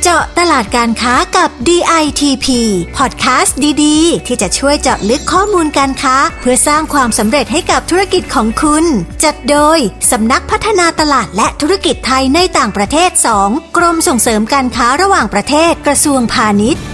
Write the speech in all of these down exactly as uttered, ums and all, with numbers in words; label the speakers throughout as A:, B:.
A: เจาะตลาดการค้ากับ ดี ไอ ที พี พอดแคสต์ดีๆที่จะช่วยเจาะลึกข้อมูลการค้าเพื่อสร้างความสำเร็จให้กับธุรกิจของคุณจัดโดยสำนักพัฒนาตลาดและธุรกิจไทยในต่างประเทศ สอง กรมส่งเสริมการค้าระหว่างประเทศกระทรวงพาณิชย์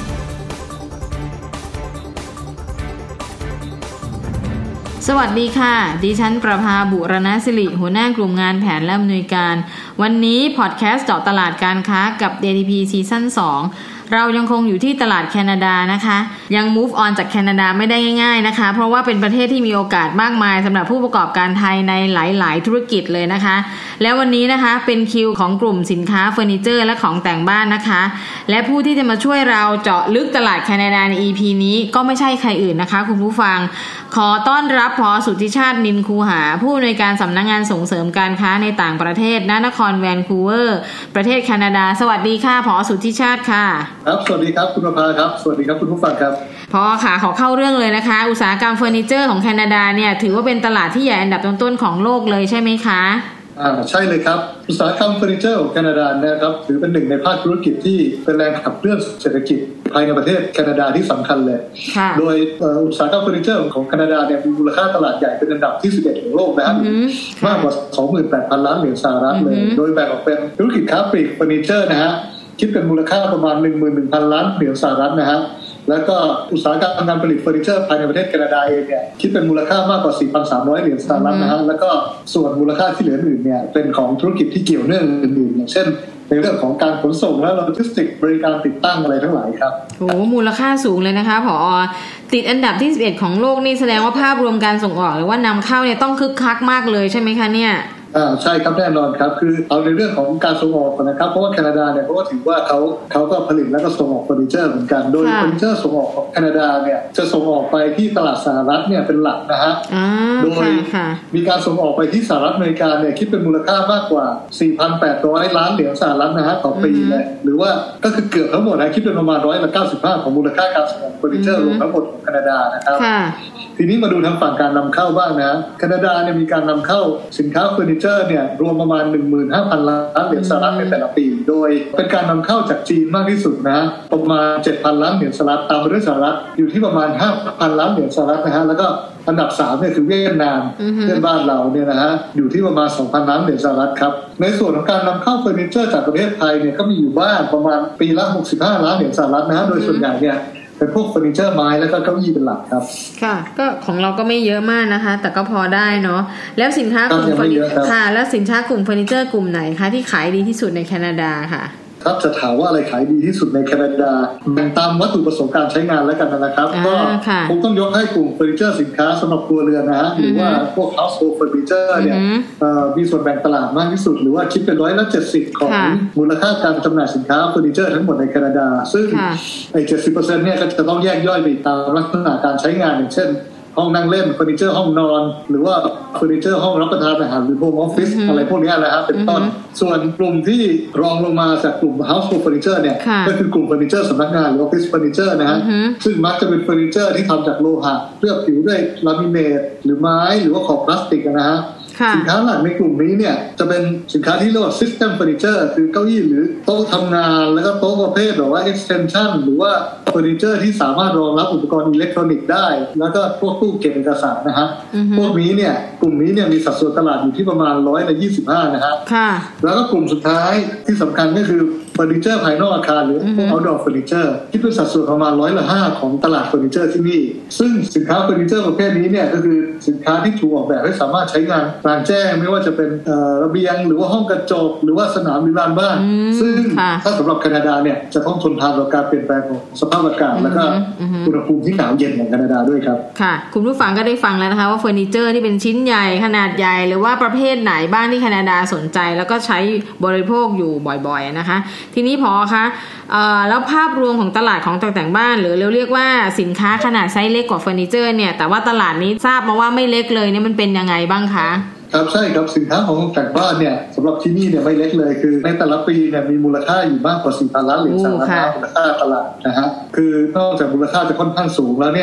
B: สวัสดีค่ะดิฉันประภาบุรณศิริหัวหน้ากลุ่มงานแผนและอำนวยการวันนี้พอดแคสต์เจาะตลาดการค้ากับ ดี ไอ ที พี ซีซั่นสองเรายังคงอยู่ที่ตลาดแคนาดานะคะยัง move on จากแคนาดาไม่ได้ง่ายๆนะคะเพราะว่าเป็นประเทศที่มีโอกาสมากมายสำหรับผู้ประกอบการไทยในหลายๆธุรกิจเลยนะคะแล้ววันนี้นะคะเป็นคิวของกลุ่มสินค้าเฟอร์นิเจอร์และของแต่งบ้านนะคะและผู้ที่จะมาช่วยเราเจาะลึกตลาดแคนาดาใน อี พี นี้ก็ไม่ใช่ใครอื่นนะคะคุณผู้ฟังขอต้อนรับผอ.สุทธิชาตินินคูหาผู้อำนวยการสำนักงานส่งเสริมการค้าในต่างประเทศณนครแวนคูเวอร์ประเทศแคนาดาสวัสดีค่ะผอ.สุทธิชาติค่ะ
C: ครับสวัสดีครับคุณประภาครับสวัสดีครับคุณผู้ฟังครับ
B: พอค่ะขอเข้าเรื่องเลยนะคะอุตสาหกรรมเฟอร์นิเจอร์ของแคนาดาเนี่ยถือว่าเป็นตลาดที่ใหญ่อันดับต้นๆของโลกเลยใช่ไหมคะ
C: อ่าใช่เลยครับอุตสาหกรรมเฟอร์นิเจอร์ของแคนาดานะครับถือเป็นหนึ่งในภาคธุรกิจที่เป็นแรงขับเคลื่อนเศรษฐกิจภายในประเทศแคนาดาที่สำคัญเลยโดยอุตสาหกรรมเฟอร์นิเจอร์ของแคนาดาเนี่ยมีมูลค่าตลาดใหญ่เป็นอันดับที่สิบเอ็ดของโลกนะครับมากกว่า สองหมื่นแปดพัน ล้านเหรียญสหรัฐเลยโดยแบ่งออกเป็นธุรกิจค้าปลีกเฟอร์นิเจอร์นะฮะคิดเป็นมูลค่าประมาณ หนึ่งหมื่นหนึ่งพัน ล้านเหรียญสหรัฐนะฮะแล้วก็อุตสาหกรรมการผลิตเฟอร์นิเจอร์ภายในประเทศแคนาดาเองเนี่ยคิดเป็นมูลค่ามากกว่า สี่พันสามร้อย เหรียญสหรัฐนะฮะแล้วก็ส่วนมูลค่าที่เหลืออื่นเนี่ยเป็นของธุรกิจที่เกี่ยวเนื่องอื่นๆอย่างเช่นในเรื่องของการขนส่งและโลจิสติกส์บริการติดตั้งอะไรทั้งหลายครับ
B: โอ้มูลค่าสูงเลยนะคะผอ.ติดอันดับที่สิบเอ็ดของโลกนี่แสดงว่าภาพรวมการส่งออกหรือว่านำเข้าเนี่ยต้องคึกคักมากเลยใช่ไหมคะเนี่ย
C: อ่าใช่ครับแน่นอนครับคือเอาในเรื่องของการส่งออกก่อนนะครับเพราะว่าแคนาดาเนี่ยเขาก็ถือว่าเขาเขาก็ผลิตแล้วก็ส่งออกเฟอร์นิเจอร์เหมือนกันโดยเฟอร์นิเจอร์ส่งออกของแคนาดาเนี่ยจะส่งออกไปที่ตลาดสหรัฐเนี่ยเป็นหลักนะฮะโดยมีการส่งออกไปที่สหรัฐอเมริกาเนี่ยคิดเป็นมูลค่ามากกว่า สี่พันแปดร้อย ล้านเหรียญสหรัฐนะฮะต่อปีเลยหรือว่าก็คือเกือบทั้งหมดนะคิดเป็นประมาณร้อยละเก้าสิบห้าของมูลค่าการส่งออกเฟอร์นิเจอร์รวมทั้งหมดของแคนาดานะครับทีนี้มาดูทางฝั่งการนำเข้าบ้างนะแคนาดาเนี่ยมีการนำเข้าสินค้าเฟอร์นิเจอร์เนี่ยรวมประมาณ หนึ่งหมื่นห้าพัน ล้านเหรียญสหรัฐในแต่ละปีโดยเป็นการนำเข้าจากจีนมากที่สุดนะประมาณ เจ็ดพัน ล้านเหรียญสหรัฐตามมาด้วยสหรัฐอยู่ที่ประมาณ ห้าพัน ล้านเหรียญสหรัฐนะฮะแล้วก็อันดับสามเนี่ยคือเวียดนามเพื่อนบ้านเราเนี่ยนะฮะอยู่ที่ประมาณ สองพัน ล้านเหรียญสหรัฐครับในส่วนของการนำเข้าเฟอร์นิเจอร์จากประเทศไทยเนี่ยก็มีอยู่บ้างประมาณปีละหกสิบห้าล้านเหรียญสหรัฐนะฮะโดยส่วนใหญ่เนี่ยเป็นพวกเฟอร์นิเจอร์ไม้แล้วก็เก้าอี้เป็นหลักครับ
B: ค่ะก็ของเราก็ไม่เยอะมากนะคะแต่ก็พอได้เนาะแล้วสินค้ากลุ่มเฟอร์นิเจอร์ค่ะแล้วสินค้ากลุ่มเฟอร์นิเจอร์กลุ่มไหนคะที่ขายดีที่สุดในแคนาดาค่ะ
C: ครับจะถามว่าอะไรขายดีที่สุดในแคนาดาแบ่งตามวัตถุประสงค์การใช้งานแล้วกันนะครับก็คงต้องยกให้กลุ่มเฟอร์นิเจอร์สินค้าสำหรับครัวเรือนนะฮะหรือว่าพวก household furniture เนี่ยมีส่วนแบ่งตลาดมากที่สุดหรือว่าคิดเป็นร้อยละเจ็ดสิบของมูลค่าการจำหน่ายสินค้าเฟอร์นิเจอร์ทั้งหมดในแคนาดาซึ่งไอ้ เจ็ดสิบเปอร์เซ็นต์ เนี่ยก็จะต้องแยกย่อยไปตามลักษณะการใช้งานอย่างเช่นห้องนั่งเล่นเฟอร์นิเจอร์ห้องนอนหรือว่าเฟอร์นิเจอร์ห้องรับประทานอาหารหรือโฮมออฟฟิศอะไรพวกนี้นะครับเป็นต้นส่วนกลุ่มที่รองลงมาจากกลุ่ม household furniture เนี่ยก็คือกลุ่มเฟอร์นิเจอร์สำนักงานหรือ office furniture นะฮะซึ่งมักจะเป็นเฟอร์นิเจอร์ที่ทำจากโลหะเคลือบผิวด้วยลามิเนตหรือไม้หรือว่าขอบพลาสติกนะฮะสินค้าหลักในกลุ่มนี้เนี่ยจะเป็นสินค้าที่เรียกว่า system furniture คือเก้าอี้หรือโต๊ะทำงานแล้วก็โต๊ะประเภทแบบว่า extension หรือว่าเฟอร์นิเจอร์ที่สามารถรองรับอุปกรณ์อิเล็กทรอนิกส์ได้แล้วก็พวกตู้เก็บเอกสารนะฮะพวกนี้เนี่ยกลุ่มนี้เนี่ยมีสัดส่วนตลาดอยู่ที่ประมาณร้อยละยี่สิบห้านะฮะแล้วก็กลุ่มสุดท้ายที่สำคัญก็คือเฟอร์นิเจอร์ภายนอกอาคารหรือพวก outdoor furniture ที่เป็นสัดส่วนประมาณร้อยละห้าของตลาดเฟอร์นิเจอร์ที่นี่ซึ่งสินค้าเฟอร์นิเจอร์ประเภทนี้เนี่ยก็คือสินค้าที่ถูกออกแบบให้สามารถใช้งานกลางแจ้งไม่ว่าจะเป็นระเบียงหรือว่าห้องกระจกหรือว่าสนามหรือลานบ้านซึ่งถ้าสำหรับแคนาดาเนี่ยจะต้องทนทานต่อการเปลี่ยนแปลงของสภาพอากาศแล้วก็อุณหภูมิที่หนาวเย็นของแคนาดาด้วยครับ
B: ค่ะคุณผู้ฟังก็ได้ฟังแล้วนะคะว่าเฟอร์นิเจอร์ที่เป็นชิ้นใหญ่ขนาดใหญ่หรือว่าประเภทไหนบ้างที่แคนาดาสนใจแล้วก็ใช้บริโภคอยู่บ่อยๆนะคะทีนี้พอคะแล้วภาพรวมของตลาดของตกแต่งบ้านหรือเราเรียกว่าสินค้าขนาดไซส์เล็กกว่าเฟอร์นิเจอร์เนี่ยแต่ว่าตลาดนี้ทราบมาว่าไม่เล็กเลยเนี่ยมันเป็นยังไงบ้างคะ
C: ครับใช่ครับสินค้าของตกแต่งบ้านเนี่ยสำหรับที่นี่เนี่ยไม่เล็กเลยคือในแต่ละปีเนี่ยมีมูลค่าอยู่มากกว่า สี่พัน ล้านเหรียญสหรัฐมูลค่าตลาดนะฮะคือนอกจากมูลค่าจะค่อนข้างสูงแล้วเนี่ย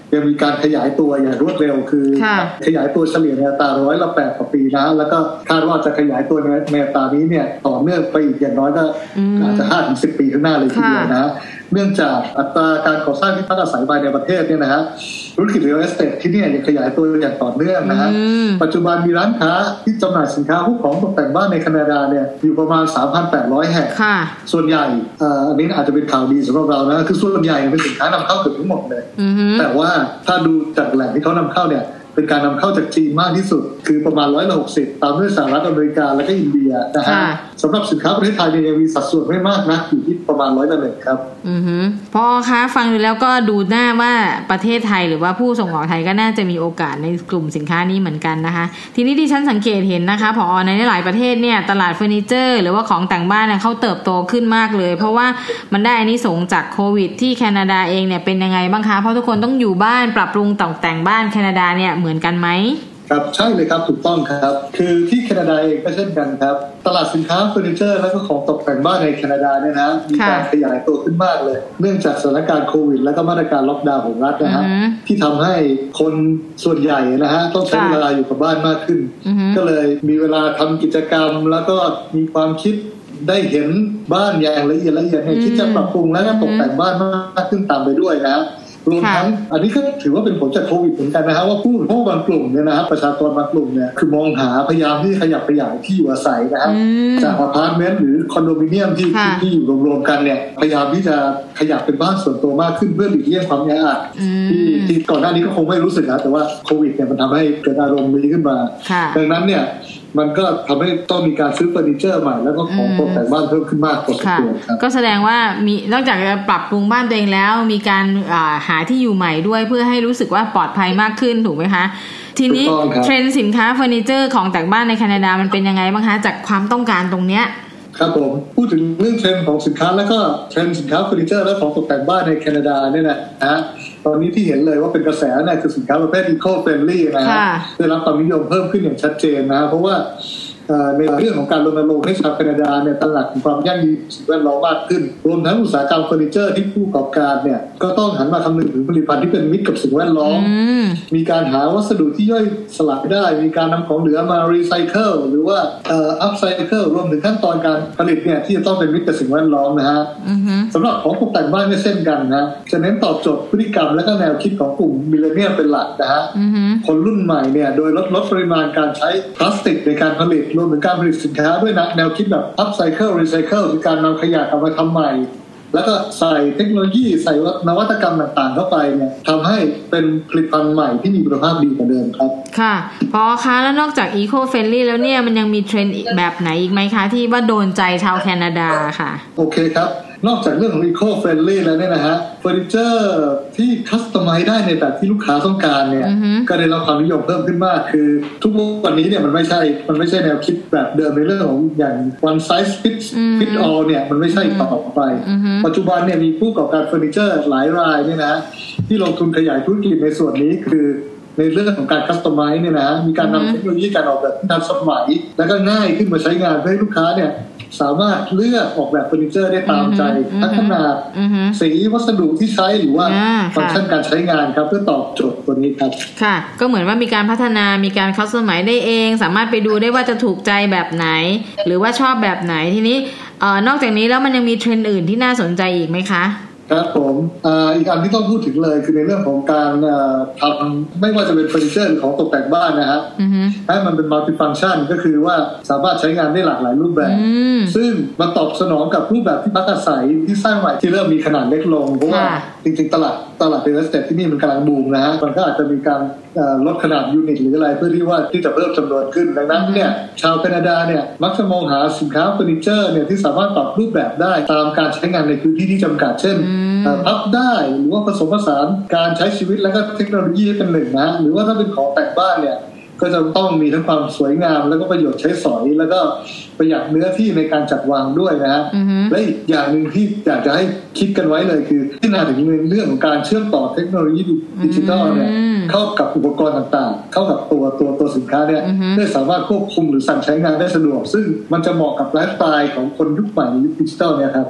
C: ยังมีการขยายตัวอย่างรวดเร็วคือขยายตัวเฉลี่ยในอัตราร้อยละแปดต่อปีนะแล้วก็คาดว่าจะขยายตัวในอัตรานี้เนี่ยต่อเนื่องไปอีกอย่างน้อยก็อาจจะ ห้าถึงสิบ ปีข้างหน้าเลยทีเดียวนะเนื่องจากอัตราการก่อสร้างที่พักอาศัยภายในประเทศเนี่ยนะฮะธุรกิจ real estate ที่นี่ยังขยายตัวอย่างต่อเนื่องนะฮะปัจจุบันมีร้านค้าที่จำหน่ายสินค้าพวกของตกแต่งบ้านในแคนาดาเนี่ยอยู่ประมาณ สามพันแปดร้อย แห่งส่วนใหญ่อันนี้อาจจะเป็นข่าวดีสำหรับเรานะคือส่วนใหญ่เป็นสินค้านำเข้าเกือบทั้งหมดเลยแต่ว่าถ้าดูจากแหล่งที่เขานำเข้าเนี่ยเป็นการนำเข้าจากจีนมากที่สุดคือประมาณร้อยละหกสิบตามด้วยสหรัฐอเมริกาและก็อินเดียนะฮะสำหรับสินค้าประเทศไทยยังมีสัดส่วนไม่มากนะอยู่ที่ประมาณร้อยละหนึ่งครับ
B: อือฮึพอคะฟังดูแล้วก็ดูหน้าว่าประเทศไทยหรือว่าผู้ส่งออกไทยก็น่าจะมีโอกาสในกลุ่มสินค้านี้เหมือนกันนะคะทีนี้ที่ฉันสังเกตเห็นนะคะผอในหลายประเทศเนี่ยตลาดเฟอร์นิเจอร์หรือว่าของแต่งบ้านเนี่ยเขาเติบโตขึ้นมากเลยเพราะว่ามันได้อานิสงส์จากโควิดที่แคนาดาเองเนี่ยเป็นยังไงบ้างคะเพราะทุกคนต้องอยู่บ้านปรับปรุงตกแต่งบ้านแคนาดาเนี่ยเหมือนกันไหม
C: ครับใช่เลยครับถูกต้องครับคือที่แคนาดาเองก็เช่นกันครับตลาดสินค้าเฟอร์นิเจอร์และก็ของตกแต่งบ้านในแคนาดาเนี่ยนะมีการขยายตัวขึ้นมากเลยเนื่องจากสถานการณ์โควิดและก็มาตรการล็อกดาวน์ของรัฐนะฮะที่ทำให้คนส่วนใหญ่นะฮะต้องใช้เวลาอยู่กับบ้านมากขึ้นก็เลยมีเวลาทำกิจกรรมแล้วก็มีความคิดได้เห็นบ้านอย่างละเอียดละเอียดในที่จะปรับปรุงและก็ตกแต่งบ้านมากขึ้นตามไปด้วยนะรวมทั้งอันนี้ก็ถือว่าเป็นผลจากโควิดเหมือนกันนะฮะว่าผู้บริโภคบางกลุ่มเนี่ยนะฮะประชากรบางกลุ่มเนี่ยคือมองหาพยายามที่ขยับขยายที่อยู่อาศัยนะฮะจากอพาร์ตเมนต์หรือคอนโดมิเนียมที่ที่อยู่รวมๆกันเนี่ยพยายามที่จะขยับเป็นบ้านส่วนตัวมากขึ้นเพื่อหลีกเลี่ยงความแออัดที่ที่ก่อนหน้านี้ก็คงไม่รู้สึกนะแต่ว่าโควิดเนี่ยมันทำให้เกิดอารมณ์นี้ขึ้นมาดังนั้นเนี่ยมันก็ทำให้ต้องมีการซื้อเฟอร์นิเจอร์ใหม่แล้วก็ของตกแต่งบ้านเพิ่มขึ้นมากกว่าตัวครับ
B: ก็แสดงว่ามีนอกจากจะปรับปรุงบ้านตัวเองแล้วมีการหาที่อยู่ใหม่ด้วยเพื่อให้รู้สึกว่าปลอดภัยมากขึ้นถูกไหมคะทีนี้เทรนด์สินค้าเฟอร์นิเจอร์ของแต่งบ้านในแคนาดามันเป็นยังไงบ้างคะจากความต้องการตรงเนี้ย
C: ครับผมพูดถึงเรื่องเทรนด์ของสินค้าแล้วก็เทรนด์สินค้าเฟอร์นิเจอร์และของตกแต่งบ้านในแคนาดาเนี่ยนะฮะตอนนี้ที่เห็นเลยว่าเป็นกระแสเนี่ยคือสินค้าประเภท Eco Friendly นะฮะได้รับความนิยมเพิ่มขึ้นอย่างชัดเจนนะเพราะว่าในเรื่องของการรณรงค์ให้ชาวแคนาดาเนี่ยตระหนักถึงความยั่งยืนสิ่งแวดล้อมมากขึ้นรวมทั้งอุตสาหกรรมเฟอร์นิเจอร์ที่ผู้ประกอบการเนี่ยก็ต้องหันมาคำนึงถึงผลิตภัณฑ์ที่เป็นมิตรกับสิ่งแวดล้อมมีการหาวัสดุที่ย่อยสลายได้มีการนำของเหลือมารีไซเคิลหรือว่าเอ่ออัพไซเคิลรวมถึงขั้นตอนการผลิตเนี่ยที่จะต้องเป็นมิตรกับสิ่งแวดล้อมนะฮะสำหรับของตกแต่งบ้านก็เช่นกันนะจะเน้นตอบโจทย์พฤติกรรมและก็แนวคิดของกลุ่มมิลเลนเนียลเป็นหลักนะฮะคนรุ่นใหม่เนี่ยโดยลดลดปริมาณการใช้พลาสติกในการผลิตรวมถึงการผลิตสินค้าด้วยนะแนวคิดแบบ upcycle recycle คือการนำขยะเอามาทำใหม่แล้วก็ใส่เทคโนโลยีใส่นวัตกรรมต่างๆเข้าไปเนี่ยทำให้เป็นผลิตภัณฑ์ใหม่ที่มีคุณภาพดีกว่าเดิมครับ
B: ค่ะพอคะแล้วนอกจาก eco friendly แล้วเนี่ยมันยังมีเทรนด์แบบไหนอีกไหมคะที่ว่าโดนใจชาวแคนาดาค่ะ
C: โอเคครับนอกจากเรื่องของ eco friendly แล้วเนี่ยนะฮะเฟอร์นิเจอร์ที่คัสตอมไมซ์ได้ในแบบที่ลูกค้าต้องการเนี่ยก็ได้รับความนิยมเพิ่มขึ้นมากคือทุกวันนี้เนี่ยมันไม่ใช่มันไม่ใช่แนวคิดแบบเดิมในเรื่องของอย่าง one size fits fit all เนี่ยมันไม่ใช่ต่อไปปัจจุบันเนี่ยมีผู้ประกอบการเฟอร์นิเจอร์หลายรายเนี่ยนะที่ลงทุนขยายธุรกิจในส่วนนี้คือในเรื่องของการคัสตอมไมซ์เนี่ยนะมีการนำเทคโนโลยีการออกแบบที่ทันสมัยแล้วก็ง่ายขึ้นมาใช้งานเพื่อให้ลูกค้าเนี่ยสามารถเลือกออกแบบเฟอร์นิเจอร์ได้ตามใจทั้งขนาดสีวัสดุที่ใช้หรือว่าฟังก์ชันการใช้งานครับเพื่อตอบโจทย์ตัวนี้ครับ
B: ค่ะก็เหมือนว่ามีการพัฒนามีการคัสตอมไมซ์ได้เองสามารถไปดูได้ว่าจะถูกใจแบบไหนหรือว่าชอบแบบไหนทีนี้เอ่อนอกจากนี้แล้วมันยังมีเทรนด์อื่นที่น่าสนใจอีกไหมคะ
C: ครับผมอ่าอีกอันที่ต้องพูดถึงเลยคือในเรื่องของการทำไม่ว่าจะเป็นเฟอร์นิเจอร์หรือของตกแต่งบ้านนะฮะให้มันเป็นมัลติฟังก์ชันก็คือว่าสามารถใช้งานได้หลากหลายรูปแบบซึ่งมันตอบสนองกับรูปแบบที่พักอาศัยที่สร้างใหม่ที่เริ่มมีขนาดเล็กลงเพราะว่าจริงๆตลาดตลาดเรียลเอสเตทที่นี่มันกำลังบูมนะฮะมันก็อาจจะมีการลดขนาดยูนิตหรืออะไรเพื่อที่ว่าที่จะเพิ่มจำนวนขึ้นดังนั้นเนี่ยชาวแคนาดาเนี่ยมักจะมองหาสินค้าเฟอร์นิเจอร์เนี่ยที่สามารถปรับรูปแบบได้ตามการใช้งานในพื้นที่ที่จำกัดเช่นพับได้หรือว่าผสมผสานการใช้ชีวิตแล้วก็เทคโนโลยีเป็นหนึ่งนะหรือว่าถ้าเป็นของแต่งบ้านเนี่ยก็จะต้องมีทั้งความสวยงามแล้วก็ประโยชน์ใช้สอยแล้วก็ประหยัดเนื้อที่ในการจัดวางด้วยนะฮะและอีกอย่างนึงที่อยากจะให้คิดกันไว้เลยคือที่น่าถึงเรื่องของการเชื่อมต่อเทคโนโลยีดิจิทัลเนี่ยเข้ากับอุปกรณ์ต่างๆเข้ากับตัวตัวตัวสินค้าเนี่ยเพื่อสามารถควบคุมหรือสั่งใช้งานได้สะดวกซึ่งมันจะเหมาะกับไลฟ์สไตล์ของคนยุคใหม่ในยุคดิจิทัลเนี่ยครับ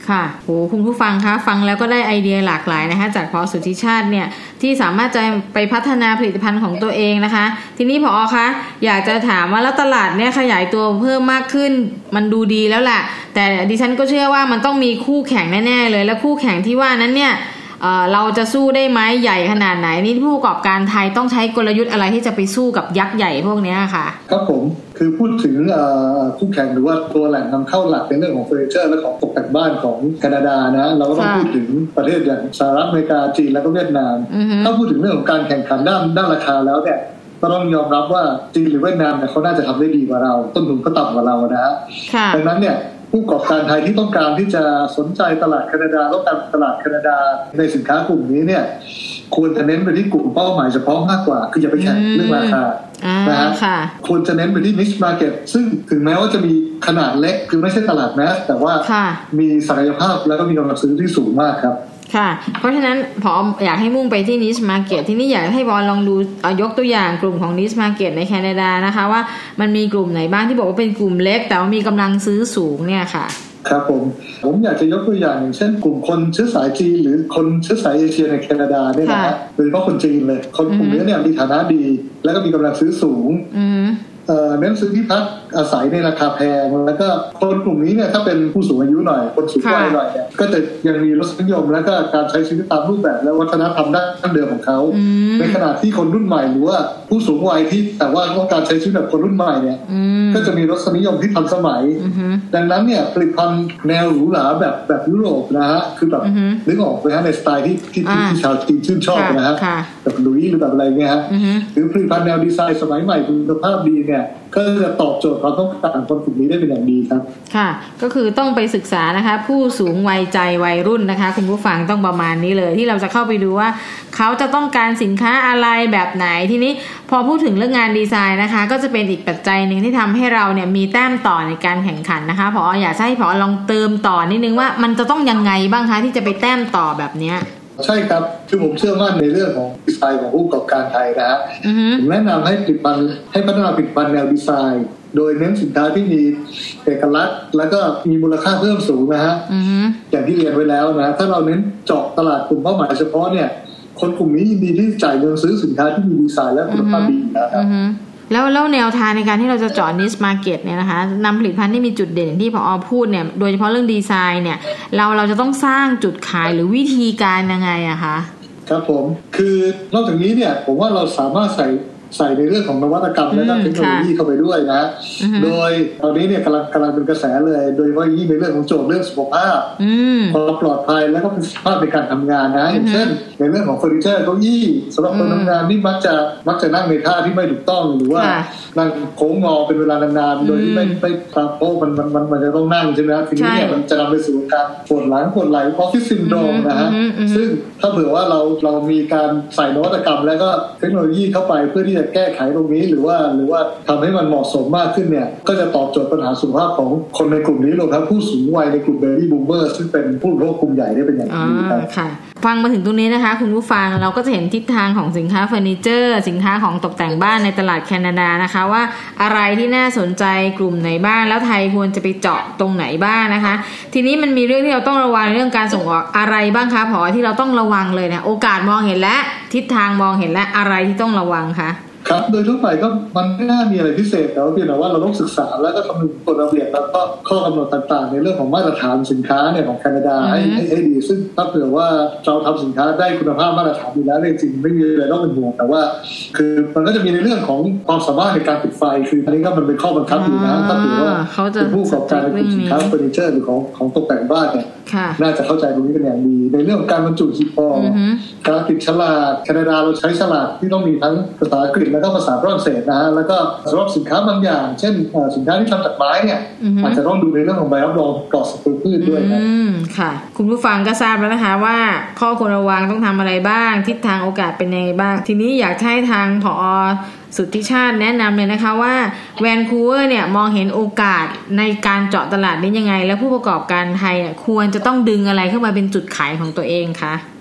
B: ค่ะโหคุณผู้ฟังคะฟังแล้วก็ได้ไอเดียหลากหลายนะคะจากผอ.สุทธิชาติเนี่ยที่สามารถจะไปพัฒนาผลิตภัณฑ์ของตัวเองนะคะทีนี้ผอ.คะอยากจะถามว่าแล้วตลาดเนี่ยขยายตัวเพิ่มมากขึ้นมันดูดีแล้วแหละแต่ดิฉันก็เชื่อว่ามันต้องมีคู่แข่งแน่ๆเลยและคู่แข่งที่ว่านั้นเนี่ยเอ่อเราจะสู้ได้ไหมใหญ่ขนาดไหนนี่ผู้ประกอบการไทยต้องใช้กลยุทธ์อะไรที่จะไปสู้กับยักษ์ใหญ่พวกนี้ค่ะ
C: ครับผมคือพูดถึงคู่แข่งหรือว่าตัวแหล่งนำเข้าหลักในเรื่องของเฟอร์นิเจอร์และของตกแต่งบ้านของแคนาดานะเราก็ต้องพูดถึงประเทศอย่างสหรัฐอเมริกาจีนแล้วก็เวียดนามถ้าพูดถึงเรื่องของการแข่งขันด้านด้านราคาแล้วเนี่ยก็ต้องยอมรับว่าจีนหรือเวียดนามเนี่ยเขาน่าจะทำได้ดีกว่าเราต้นทุนก็ต่ำกว่าเรานะฮะดังนั้นเนี่ยผู้ประกอบการไทยที่ต้องการที่จะสนใจตลาดแคนาดาต้องการตลาดแคนาดาในสินค้ากลุ่มนี้เนี่ยควรจะเน้นไปที่กลุ่มเป้าหมายเฉพาะมากกว่าคืออย่าไปแข่งเรื่องราคานะฮะควรจะเน้นไปที่ niche market ซึ่งถึงแม้ว่าจะมีขนาดเล็กคือไม่ใช่ตลาดแมสแต่ว่ามีศักยภาพแล้วก็มีกำลังซื้อที่สูงมากครับ
B: ค่ะเพราะฉะนั้นพออยากให้มุ่งไปที่ niche market ที่นี่อยากให้บอลลองดูเอายกตัวอย่างกลุ่มของ niche market ในแคนาดานะคะว่ามันมีกลุ่มไหนบ้างที่บอกว่าเป็นกลุ่มเล็กแต่ว่ามีกำลังซื้อสูงเนี่ยค่ะ
C: ครับผมผมอยากจะยกตัวอย่างอย่างเช่นกลุ่มคนเชื้อสายจีนหรือคนเชื้อสายเอเชียในแคนาดาเนี่ยนะฮะโดยเฉพาะคนจีนเลยคนกลุ่มนี้เนี่ยมีฐานะดีแล้วก็มีกำลังซื้อสูงเน้นซื้อที่พักอาศัยในราคาแพงแล้วก็คนกลุ่มนี้เนี่ยถ้าเป็นผู้สูงอายุหน่อยคนสูงวัยหน่อยเนี่ยก็จะยังมีรสนิยมและก็การใช้ชีวิตตามรูปแบบและวัฒนธรรมดั้งเดิมของเขาในขณะที่คนรุ่นใหม่หรือว่าผู้สูงวัยที่แต่ว่าต้องการใช้ชีวิตแบบคนรุ่นใหม่เนี่ยก็จะมีรสนิยมที่ทันสมัยดังนั้นเนี่ยผลิตภัณฑ์แนวหรูหราแบบแบบยุโรปนะฮะคือแบบนึกออกไหมฮะในสไตล์ที่ที่ที่ชาวจีนชื่นชอบนะฮะแบบลุยหรือแบบอะไรเงี้ยฮะหรือผลิตภัณฑ์แนวดีไซน์สมัยใหม่คุณภาพดีเนี่ยก็จะตอบโจทย์ความต้องการคนกลุ่มนี้ได้เป็นอย่างดีครับ
B: ค่ะก็คือต้องไปศึกษานะคะผู้สูงวัยใจวัยรุ่นนะคะคุณผู้ฟังต้องประมาณนี้เลยที่เราจะเข้าไปดูว่าเขาจะต้องการสินค้าอะไรแบบไหนทีนี้พอพูดถึงเรื่องงานดีไซน์นะคะก็จะเป็นอีกปัจจัยหนึ่งที่ทำให้เราเนี่ยมีแต้มต่อในการแข่งขันนะคะผอ.อยากให้ผอ.ลองเติมต่อนิดนึงว่ามันจะต้องยังไงบ้างคะที่จะไปแต้มต่อแบบเนี้ย
C: ใช่ครับคือผมเชื่อมั่นในเรื่องของดีไซน์ของผู้ประกอบการไทยนะฮะผมแนะนำให้ผลิตภัณฑ์ให้พัฒนาผลิตภัณฑ์แนวดีไซน์โดยเน้นสินค้าที่มีเอกลักษณ์แล้วก็มีมูลค่าเพิ่มสูงนะฮะอย่างที่เรียนไว้แล้วนะถ้าเราเน้นเจาะตลาดกลุ่มเป้าหมายเฉพาะเนี่ยคนกลุ่มนี้ยินดีที่จ่ายเงินซื้อสินค้าที่มีดีไซน์และคุณภาพดีนะครับ
B: แล้วแล้วแนวทางในการที่เราจะเจาะ niche market เนี่ยนะคะนำผลิตภัณฑ์ที่มีจุดเด่นที่ผอ.พูดเนี่ยโดยเฉพาะเรื่องดีไซน์เนี่ยเราเราจะต้องสร้างจุดขายหรือวิธีการยังไงอะคะ
C: ครับผมคือนอกจากนี้เนี่ยผมว่าเราสามารถใส่ใส่ในเรื่องของนวัตกรรมและเทคโนโลยีเข้าไปด้วยนะโดยตอนนี้เนี่ยกำลังกำลังเป็นกระแสเลยโดยเฉพาะยิ่งในเรื่องของโจทย์เรื่องสุขภาพความปลอดภัยและก็ประสิทธิภาพในการทำงานนะอย่างเช่นในเรื่องของเฟอร์นิเจอร์เก้าอี้สำหรับคนทำงานที่มักจะมักจะนั่งในท่าที่ไม่ถูกต้องหรือว่านั่งโค้งงอเป็นเวลานานๆโดยที่ไม่ไม่ตามโต๊ะมันมันมันมันจะต้องนั่งใช่ไหมทีนี้เนี่ยมันจะนำไปสู่การปวดหลังปวดไหล่ออฟฟิศซินโดรมนะฮะซึ่งถ้าเผื่อว่าเราเรามีการใส่นวัตกรรมแล้วก็เทคโนโลยีเข้าไปเพื่อที่จะแก้ไขตรงนี้หรือว่าหรือว่าทำให้มันเหมาะสมมากขึ้นเนี่ยก็จะตอบโจทย์ปัญหาสุขภาพของคนในกลุ่มนี้รวมทั้งผู้สูงวัยในกลุ่มเบบี้บูมเมอร์ซึ่งเป็นผู้โรคกลุ่มใหญ่ได้เป็นอย่างดีครับ
B: ฟังมาถึงตรงนี้นะคะคุณผู้ฟังเราก็จะเห็นทิศทางของสินค้าเฟอร์นิเจอร์สินค้าของตกแต่งบ้านในตลาดแคนาดานะคะว่าอะไรที่น่าสนใจกลุ่มไหนบ้างแล้วไทยควรจะไปเจาะตรงไหนบ้างนะคะทีนี้มันมีเรื่องที่เราต้องระวังเรื่องการส่งออกอะไรบ้างคะผอ.ที่เราต้องระวังเลยนะโอกาสมองเห็นและทิศทางมองเห็นและอะไรที่ต้องระวังคะ
C: ครับโดยทั่วไปก็มันไม่น่ามีอะไรพิเศษแต่ว่าเพียงแต่ว่าเราต้องศึกษาแล้วก็คำนึงกฎระเบียบแล้วก็ข้อกำหนดต่างๆในเรื่องของมาตรฐานสินค้าเนี่ยของแคนาดาให้ให้ดีซึ่งถ้าเผื่อว่าเราทำสินค้าได้คุณภาพมาตรฐานอยู่แล้วจริงไม่มีอะไรต้องเป็นห่วงแต่ว่าคือมันก็จะมีในเรื่องของความสามารถในการปิดไฟคืออันนี้ก็มันเป็นข้อบังคับอยู่นะถ้าเผื่อว่าเป็นผู้ประกอบการในกลุ่มสินค้าเฟอร์นิเจอร์หรือของของตกแต่งบ้านเนี่ยน่าจะเข้าใจตรงนี้เป็นอย่างดีในเรื่องของการบรรจุหีบห่อการติดฉลากแคนาดาเราใช้ฉลากที่ต้องมีทั้งภาษาอังกฤษแล้วก็ภาษาฝรั่งเศสนะฮะแล้วก็สำหรับสินค้าบางอย่างเช่นสินค้าที่ทำจากไม้เนี่ยอาจจะต้องดูในเรื่องของใบรับรองปลอดศัตรูพืชด้วยนะ
B: ค่ะคุณผู้ฟังก็ทราบแล้วนะคะว่าข้อควรระวังต้องทำอะไรบ้างทิศทางโอกาสเป็นยังไงบ้างทีนี้อยากให้ทางผอ.สุทธิชาติแนะนำเลยนะคะว่าแวนคูเวอร์เนี่ยมองเห็นโอกาสในการเจาะตลาดนี้ยังไงและผู้ประกอบการไทยควรจะต้องดึงอะไรเข้ามาเป็นจุดขายของตัวเองคะ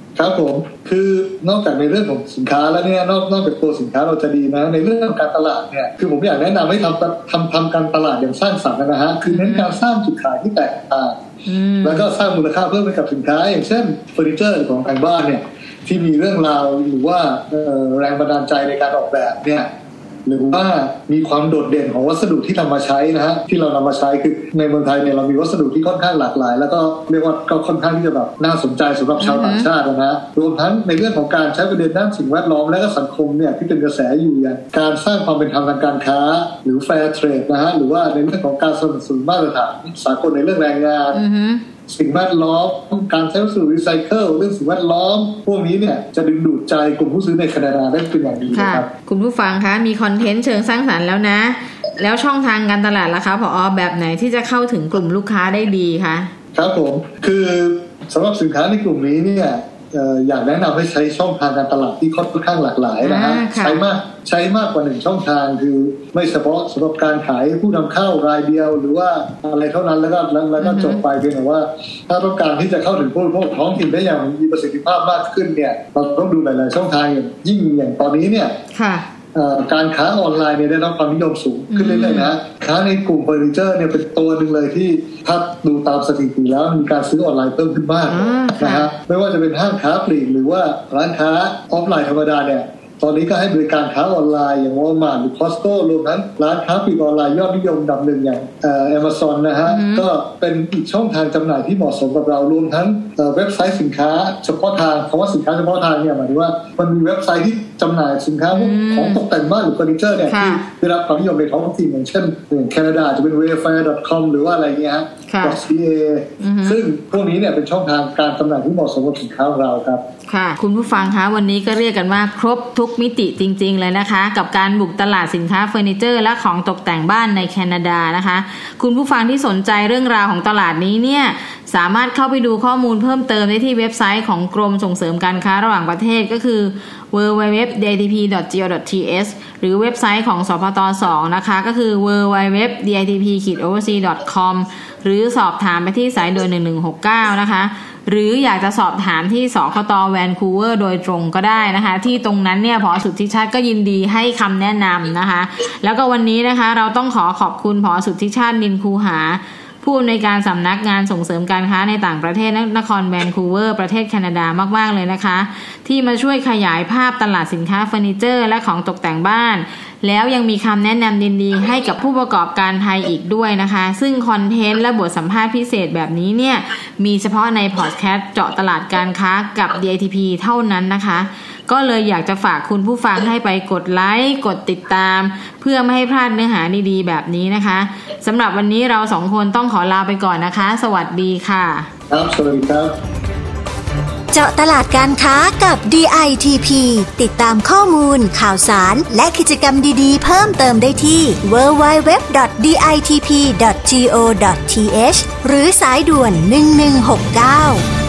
C: ครับผมคือนอกจากในเรื่องของสินค้าแล้วเนี่ยนอกนอกจากตัวสินค้าเราจะดีนะในเรื่องของการตลาดเนี่ยคือผมอยากแนะนำให้ทำทำทำการตลาดอย่างสร้างสรรค์นะฮะคือเน้นการสร้างจุดขายที่แตกต่างแล้วก็สร้างมูลค่าเพิ่มให้กับสินค้าอย่างเช่นเฟอร์นิเจอร์ของทางบ้านเนี่ยที่มีเรื่องราวหรือว่าแรงบันดาลใจในการออกแบบเนี่ยหรือว่ามีความโดดเด่นของวัสดุที่นำมาใช้นะฮะที่เรานำมาใช้คือในเมืองไทยเนี่ยเรามีวัสดุที่ค่อนข้างหลากหลายแล้วก็เรียกว่าก็ค่อนข้างที่จะแบบน่าสนใจสำหรับชาวต่างชาตินะฮะรวมทั้งในเรื่องของการใช้ประเด็นด้านสิ่งแวดล้อมและก็สังคมเนี่ยที่เป็นกระแสอยู่อย่างการสร้างความเป็นธรรมทางการค้าหรือแฟร์เทรดนะฮะหรือว่าในเรื่องของการสนับสนุนมาตรฐานสากลในเรื่องแรงงานสิ่งแวดล้อมการใช้วัสดุรีไซเคิลเรื่องสิ่งแวดล้อมพวกนี้เนี่ยจะดึงดูดใจกลุ่มผู้ซื้อในแคนาดาได้เป็นอย่างดีนะครับ
B: คุณผู้ฟังคะมีคอนเทนต์เชิงสร้างสรรค์แล้วนะแล้วช่องทางการตลาดล่ะคะผอ.แบบไหนที่จะเข้าถึงกลุ่มลูกค้าได้ดีคะ
C: ครับผมคือสำหรับสินค้าในกลุ่มนี้เนี่ยอยากแนะนำให้ใช้ช่องทางการตลาดที่ค่อนข้างหลากหลายนะฮะใช้มากใช้มากกว่าหนึ่งช่องทางคือไม่เฉพาะสำหรับการขายผู้นำเข้ารายเดียวหรือว่าอะไรเท่านั้นแล้วก็แล้วก็จบไปเพียงแต่ว่าถ้าต้องการที่จะเข้าถึงผู้บริโภคท้องถิ่นได้อย่างมีประสิทธิภาพมากขึ้นเนี่ยเราต้องดูหลายๆช่องทางอย่างยิ่งอย่างตอนนี้เนี่ยการค้าออนไลน์เนี่ยได้รับความนิยมสูงขึ้นเรื่อยๆนะค้าในกลุ่มเฟอร์นิเจอร์เนี่ยเป็นตัวหนึ่งเลยที่ถ้าดูตามสถิติแล้วมีการซื้อออนไลน์เพิ่มขึ้นมากนะฮะไม่ว่าจะเป็นห้างค้าปลีกหรือว่าร้านค้าออฟไลน์ธรรมดาเนี่ยตอนนี้ก็ให้บริการค้าออนไลน์อย่าง Walmart หรือ Costco รวมทั้งร้านค้าปลีกออนไลน์ยอดนิยมอันดับหนึ่งอย่างเอ่อ Amazon นะฮะก็เป็นอีกช่องทางจำหน่ายที่เหมาะสมกับเรารวมทั้งเว็บไซต์สินค้าเฉพาะทางคำว่าสินค้าเฉพาะทางเนี่ยหมายถึงว่ามันมีเว็บไซต์ที่จำหน่ายสินค้าของตกแต่งบ้านหรือเฟอร์นิเจอร์เนี่ยที่ได้รับความนิยมในท้องถิ่นอย่างเช่นอย่างแคนาดาจะเป็น wayfair ดอท คอม หรือว่าอะไรเงี้ย .ca ซึ่งพวกนี้เนี่ยเป็นช่องทางการจำหน่ายที่เหมาะสมกับสินค้าของเราครับ
B: ค่ะคุณผู้ฟังคะวันนี้ก็เรียกกันว่าครบทุกมิติจริงๆเลยนะคะกับการบุกตลาดสินค้าเฟอร์นิเจอร์และของตกแต่งบ้านในแคนาดานะคะคุณผู้ฟังที่สนใจเรื่องราวของตลาดนี้เนี่ยสามารถเข้าไปดูข้อมูลเพิ่มเติมได้ที่เว็บไซต์ของกรมส่งเสริมการค้าระหว่างประเทศก็คือ ดับเบิลยู ดับเบิลยู ดับเบิลยู ดอท ดี ไอ ที พี ดอท จี โอ ดอท ที เอช หรือเว็บไซต์ของสพตสองนะคะก็คือ ดับเบิลยู ดับเบิลยู ดับเบิลยู ดอท ดี ไอ ที พี โอ เวอร์ซี ดอท คอม หรือสอบถามไปที่สายด่วนหนึ่งหนึ่งหกเก้านะคะหรืออยากจะสอบถามที่สคต.แวนคูเวอร์โดยตรงก็ได้นะคะที่ตรงนั้นเนี่ยผอ.สุทธิชาติก็ยินดีให้คำแนะนำนะคะแล้วก็วันนี้นะคะเราต้องขอขอบคุณผอ.สุทธิชาตินินคูหาผู้อำนวยการสำนักงานส่งเสริมการค้าในต่างประเทศนครแวนคูเวอร์ประเทศแคนาดามากๆเลยนะคะที่มาช่วยขยายภาพตลาดสินค้าเฟอร์นิเจอร์และของตกแต่งบ้านแล้วยังมีคำแนะนำดีๆให้กับผู้ประกอบการไทยอีกด้วยนะคะซึ่งคอนเทนต์และบทสัมภาษณ์พิเศษแบบนี้เนี่ยมีเฉพาะในพอดแคสต์เจาะตลาดการค้ากับ ดี ไอ ที พี เท่านั้นนะคะก็เลยอยากจะฝากคุณผู้ฟังให้ไปกดไลค์กดติดตามเพื่อไม่ให้พลาดเนื้อหาดีๆแบบนี้นะคะสำหรับวันนี้เราสองคนต้องขอลาไปก่อนนะคะสวัสดีค่ะ
C: ครับสวัสดีครับ
A: เจาะตลาดการค้ากับ ดี ไอ ที พี ติดตามข้อมูลข่าวสารและกิจกรรมดีๆเพิ่มเติมได้ที่ ดับเบิลยู ดับเบิลยู ดับเบิลยู ดอท ดี ไอ ที พี ดอท จี โอ ดอท ที เอช หรือสายด่วนหนึ่งหนึ่งหกเก้า